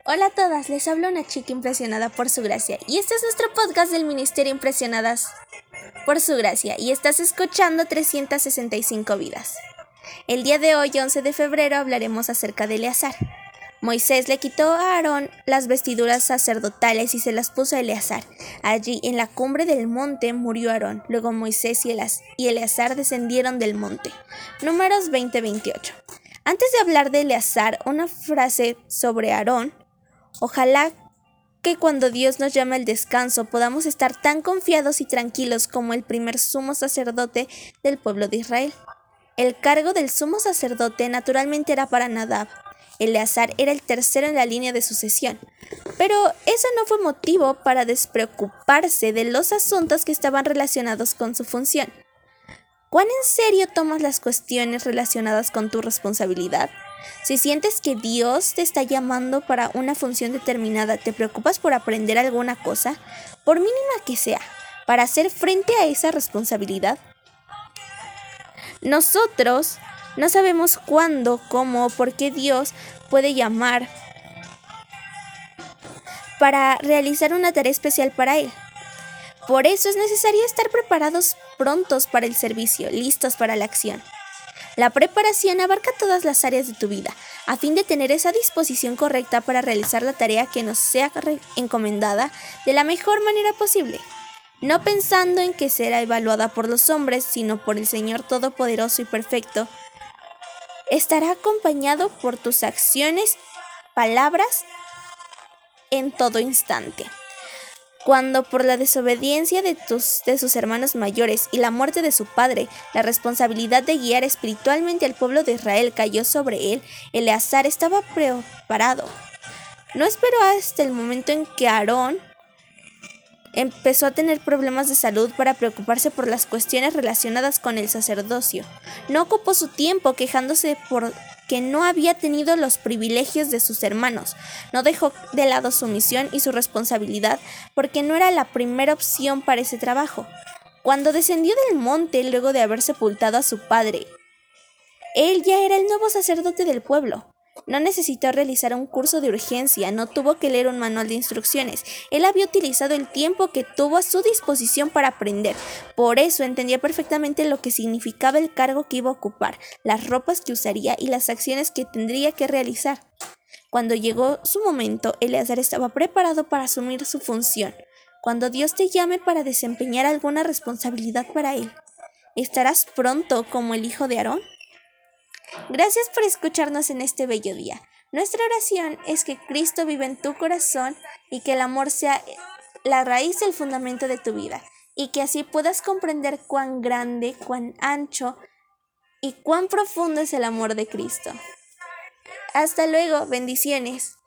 Hola a todas, les habla una chica impresionada por su gracia y este es nuestro podcast del Ministerio Impresionadas por su gracia y estás escuchando 365 vidas. El día de hoy, 11 de febrero, hablaremos acerca de Eleazar. Moisés le quitó a Aarón las vestiduras sacerdotales y se las puso a Eleazar. Allí, en la cumbre del monte, murió Aarón. Luego Moisés y Eleazar descendieron del monte. Números 20-28. Antes de hablar de Eleazar, una frase sobre Aarón. Ojalá que cuando Dios nos llame al descanso podamos estar tan confiados y tranquilos como el primer sumo sacerdote del pueblo de Israel. El cargo del sumo sacerdote naturalmente era para Nadab. Eleazar era el tercero en la línea de sucesión, pero eso no fue motivo para despreocuparse de los asuntos que estaban relacionados con su función. ¿Cuán en serio tomas las cuestiones relacionadas con tu responsabilidad? Si sientes que Dios te está llamando para una función determinada, ¿te preocupas por aprender alguna cosa, por mínima que sea, para hacer frente a esa responsabilidad? Nosotros no sabemos cuándo, cómo o por qué Dios puede llamar para realizar una tarea especial para Él. Por eso es necesario estar preparados prontos para el servicio, listos para la acción. La preparación abarca todas las áreas de tu vida, a fin de tener esa disposición correcta para realizar la tarea que nos sea encomendada de la mejor manera posible, no pensando en que será evaluada por los hombres, sino por el Señor Todopoderoso y Perfecto. Estará acompañado por tus acciones, palabras, en todo instante. Cuando por la desobediencia de sus hermanos mayores y la muerte de su padre, la responsabilidad de guiar espiritualmente al pueblo de Israel cayó sobre él, Eleazar estaba preparado. No esperó hasta el momento en que Aarón empezó a tener problemas de salud para preocuparse por las cuestiones relacionadas con el sacerdocio. No ocupó su tiempo quejándose por que no había tenido los privilegios de sus hermanos. No dejó de lado su misión y su responsabilidad porque no era la primera opción para ese trabajo. Cuando descendió del monte luego de haber sepultado a su padre, él ya era el nuevo sacerdote del pueblo. No necesitó realizar un curso de urgencia, no tuvo que leer un manual de instrucciones. Él había utilizado el tiempo que tuvo a su disposición para aprender. Por eso entendía perfectamente lo que significaba el cargo que iba a ocupar, las ropas que usaría y las acciones que tendría que realizar. Cuando llegó su momento, Eleazar estaba preparado para asumir su función. Cuando Dios te llame para desempeñar alguna responsabilidad para Él, ¿estarás pronto como el hijo de Aarón? Gracias por escucharnos en este bello día. Nuestra oración es que Cristo viva en tu corazón y que el amor sea la raíz del fundamento de tu vida y que así puedas comprender cuán grande, cuán ancho y cuán profundo es el amor de Cristo. Hasta luego, bendiciones.